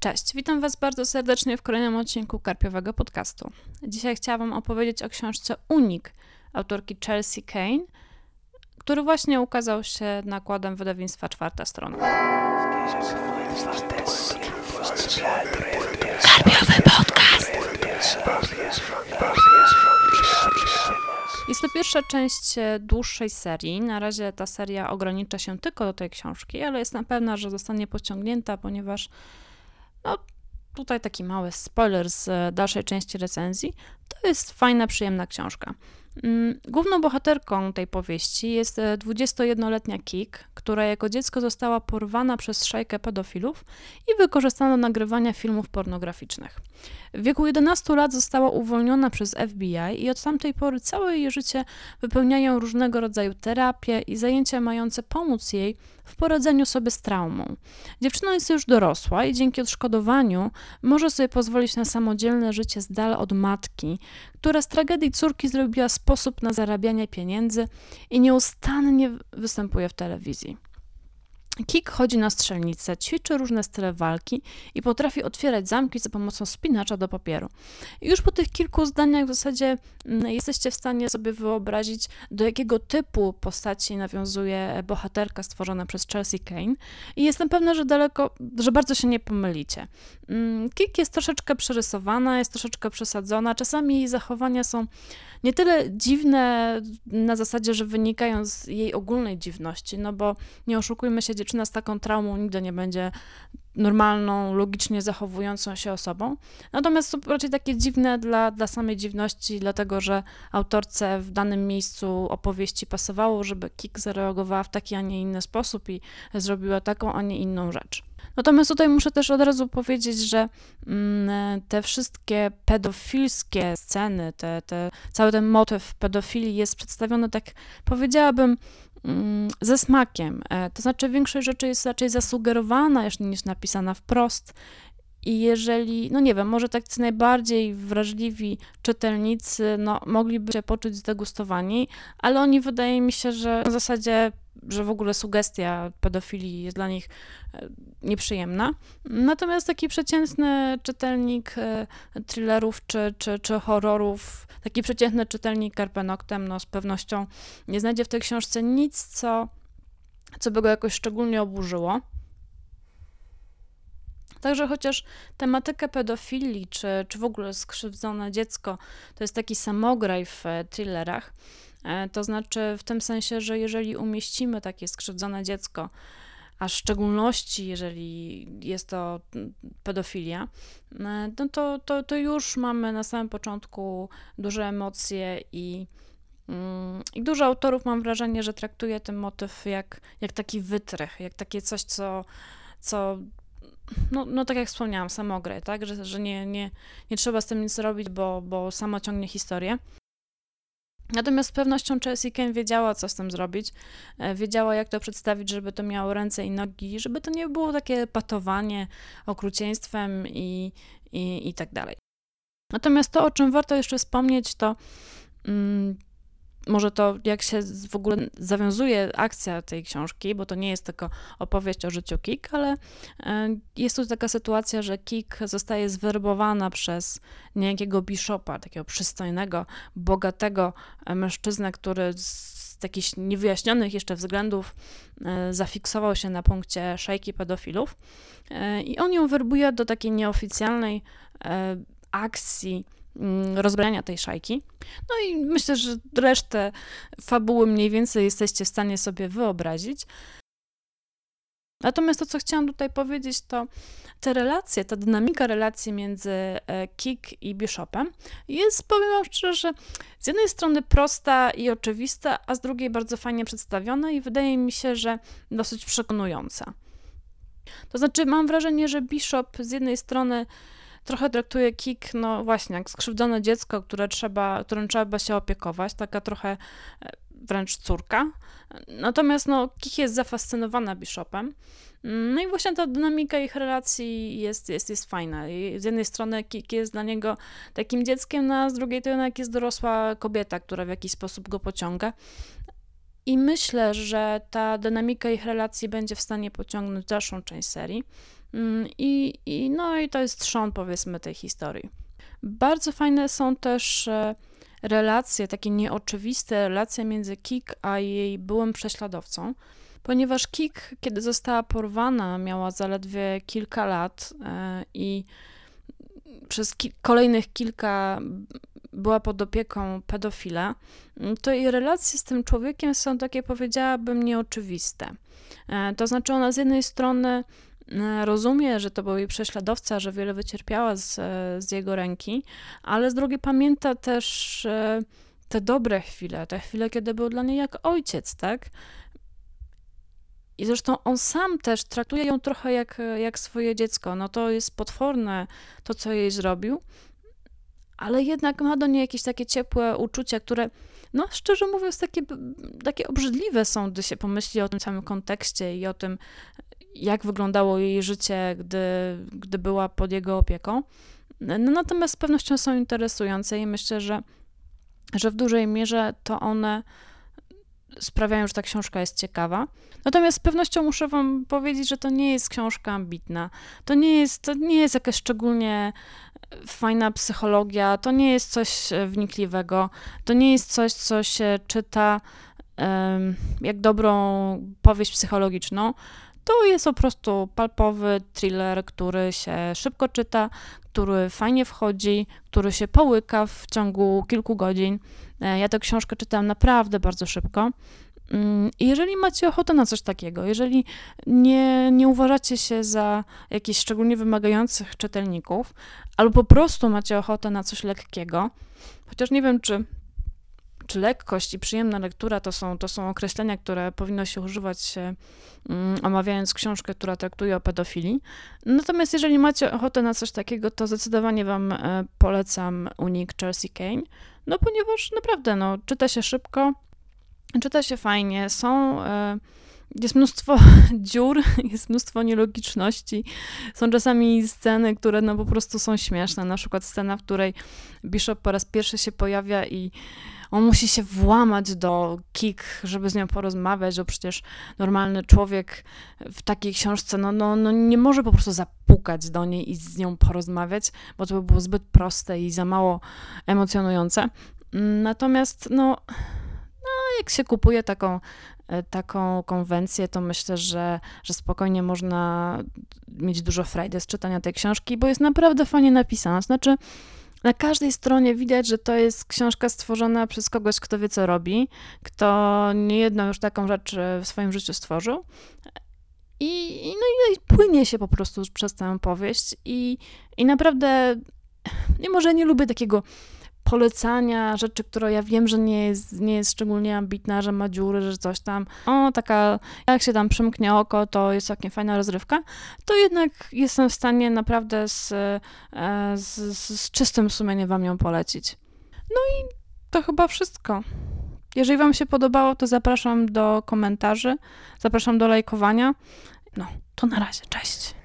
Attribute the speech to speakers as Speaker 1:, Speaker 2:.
Speaker 1: Cześć, witam Was bardzo serdecznie w kolejnym odcinku Karpiowego Podcastu. Dzisiaj chciałam Wam opowiedzieć o książce Unik autorki Chelsea Cain, który właśnie ukazał się nakładem wydawnictwa Czwarta Strona. Karpiowy Podcast! Jest to pierwsza część dłuższej serii. Na razie ta seria ogranicza się tylko do tej książki, ale jestem pewna, że zostanie pociągnięta, ponieważ tutaj taki mały spoiler z dalszej części recenzji. To jest fajna, przyjemna książka. Główną bohaterką tej powieści jest 21-letnia Kik, która jako dziecko została porwana przez szajkę pedofilów i wykorzystana do nagrywania filmów pornograficznych. W wieku 11 lat została uwolniona przez FBI i od tamtej pory całe jej życie wypełniają różnego rodzaju terapie i zajęcia mające pomóc jej w poradzeniu sobie z traumą. Dziewczyna jest już dorosła i dzięki odszkodowaniu może sobie pozwolić na samodzielne życie z dala od matki, która z tragedii córki zrobiła sposób na zarabianie pieniędzy i nieustannie występuje w telewizji. Kik chodzi na strzelnicę, ćwiczy różne style walki i potrafi otwierać zamki za pomocą spinacza do papieru. I już po tych kilku zdaniach w zasadzie jesteście w stanie sobie wyobrazić, do jakiego typu postaci nawiązuje bohaterka stworzona przez Chelsea Cain i jestem pewna, że bardzo się nie pomylicie. Kik jest troszeczkę przerysowana, jest troszeczkę przesadzona, czasami jej zachowania są nie tyle dziwne na zasadzie, że wynikają z jej ogólnej dziwności, no bo nie oszukujmy się, dziewczyna z taką traumą nigdy nie będzie normalną, logicznie zachowującą się osobą. Natomiast są raczej takie dziwne dla samej dziwności, dlatego że autorce w danym miejscu opowieści pasowało, żeby Kik zareagowała w taki, a nie inny sposób i zrobiła taką, a nie inną rzecz. Natomiast tutaj muszę też od razu powiedzieć, że te wszystkie pedofilskie sceny, cały ten motyw pedofilii jest przedstawiony, tak powiedziałabym, ze smakiem. To znaczy większość rzeczy jest raczej zasugerowana niż napisana wprost. I jeżeli, nie wiem, może tak najbardziej wrażliwi czytelnicy, mogliby się poczuć zdegustowani, ale oni, wydaje mi się, że w zasadzie, że w ogóle sugestia pedofilii jest dla nich nieprzyjemna. Natomiast taki przeciętny czytelnik thrillerów czy horrorów, taki przeciętny czytelnik Carpe Noctem, z pewnością nie znajdzie w tej książce nic, co by go jakoś szczególnie oburzyło. Także chociaż tematyka pedofilii, czy w ogóle skrzywdzone dziecko, to jest taki samograj w thrillerach, to znaczy w tym sensie, że jeżeli umieścimy takie skrzywdzone dziecko, a w szczególności jeżeli jest to pedofilia, to już mamy na samym początku duże emocje i dużo autorów, mam wrażenie, że traktuje ten motyw jak taki wytrych, jak takie coś, co tak jak wspomniałam, samograj, tak, że nie trzeba z tym nic robić, bo samo ciągnie historię. Natomiast z pewnością Chelsea Cain wiedziała, co z tym zrobić, wiedziała, jak to przedstawić, żeby to miało ręce i nogi, żeby to nie było takie patowanie okrucieństwem i tak dalej. Natomiast to, o czym warto jeszcze wspomnieć, to może to, jak się w ogóle zawiązuje akcja tej książki, bo to nie jest tylko opowieść o życiu Kik, ale jest tu taka sytuacja, że Kik zostaje zwerbowana przez niejakiego bishopa, takiego przystojnego, bogatego mężczyznę, który z jakichś niewyjaśnionych jeszcze względów zafiksował się na punkcie szajki pedofilów i on ją werbuje do takiej nieoficjalnej akcji rozbrania tej szajki. No i myślę, że resztę fabuły mniej więcej jesteście w stanie sobie wyobrazić. Natomiast to, co chciałam tutaj powiedzieć, to te relacje, ta dynamika relacji między Kik i Bishopem jest, powiem wam szczerze, z jednej strony prosta i oczywista, a z drugiej bardzo fajnie przedstawiona i wydaje mi się, że dosyć przekonująca. To znaczy, mam wrażenie, że Bishop z jednej strony trochę traktuje Kik, właśnie, jak skrzywdzone dziecko, którym trzeba się opiekować, taka trochę wręcz córka. Natomiast Kik jest zafascynowana Bishopem. No i właśnie ta dynamika ich relacji jest fajna. I z jednej strony Kik jest dla niego takim dzieckiem, a z drugiej to jednak jest dorosła kobieta, która w jakiś sposób go pociąga. I myślę, że ta dynamika ich relacji będzie w stanie pociągnąć dalszą część serii. No i to jest trzon, powiedzmy, tej historii. Bardzo fajne są też relacje, takie nieoczywiste relacje między Kik a jej byłym prześladowcą, ponieważ Kik, kiedy została porwana, miała zaledwie kilka lat i przez kolejnych kilka była pod opieką pedofila, to jej relacje z tym człowiekiem są takie, powiedziałabym, nieoczywiste. To znaczy ona z jednej strony rozumie, że to był jej prześladowca, że wiele wycierpiała z jego ręki, ale z drugiej pamięta też te dobre chwile, te chwile, kiedy był dla niej jak ojciec, tak? I zresztą on sam też traktuje ją trochę jak swoje dziecko. No to jest potworne, to co jej zrobił, ale jednak ma do niej jakieś takie ciepłe uczucia, które, no szczerze mówiąc, takie obrzydliwe są, gdy się pomyśli o tym samym kontekście i o tym, jak wyglądało jej życie, gdy była pod jego opieką. No, natomiast z pewnością są interesujące i myślę, że w dużej mierze to one sprawiają, że ta książka jest ciekawa. Natomiast z pewnością muszę wam powiedzieć, że to nie jest książka ambitna. To nie jest jakaś szczególnie fajna psychologia, to nie jest coś wnikliwego, to nie jest coś, co się czyta jak dobrą powieść psychologiczną. To jest po prostu palpowy thriller, który się szybko czyta, który fajnie wchodzi, który się połyka w ciągu kilku godzin. Ja tę książkę czytałam naprawdę bardzo szybko. I jeżeli macie ochotę na coś takiego, jeżeli nie uważacie się za jakichś szczególnie wymagających czytelników, albo po prostu macie ochotę na coś lekkiego, chociaż nie wiem, czy lekkość i przyjemna lektura to są określenia, które powinno się używać omawiając książkę, która traktuje o pedofilii. Natomiast jeżeli macie ochotę na coś takiego, to zdecydowanie wam polecam Unik Chelsea Cain, no ponieważ naprawdę, no, czyta się szybko, czyta się fajnie, jest mnóstwo dziur, jest mnóstwo nielogiczności, są czasami sceny, które no po prostu są śmieszne, na przykład scena, w której Bishop po raz pierwszy się pojawia i on musi się włamać do Kik, żeby z nią porozmawiać, że przecież normalny człowiek w takiej książce no nie może po prostu zapukać do niej i z nią porozmawiać, bo to by było zbyt proste i za mało emocjonujące. Natomiast jak się kupuje taką konwencję, to myślę, że spokojnie można mieć dużo frajdy z czytania tej książki, bo jest naprawdę fajnie napisana. Znaczy, na każdej stronie widać, że to jest książka stworzona przez kogoś, kto wie, co robi, kto niejedną już taką rzecz w swoim życiu stworzył. I płynie się po prostu przez tę powieść i naprawdę, mimo że nie lubię takiego polecania rzeczy, która ja wiem, że nie jest szczególnie ambitna, że ma dziury, że coś tam. Taka, jak się tam przymknie oko, to jest całkiem fajna rozrywka. To jednak jestem w stanie naprawdę z czystym sumieniem wam ją polecić. No i to chyba wszystko. Jeżeli wam się podobało, to zapraszam do komentarzy, zapraszam do lajkowania. No, to na razie, cześć.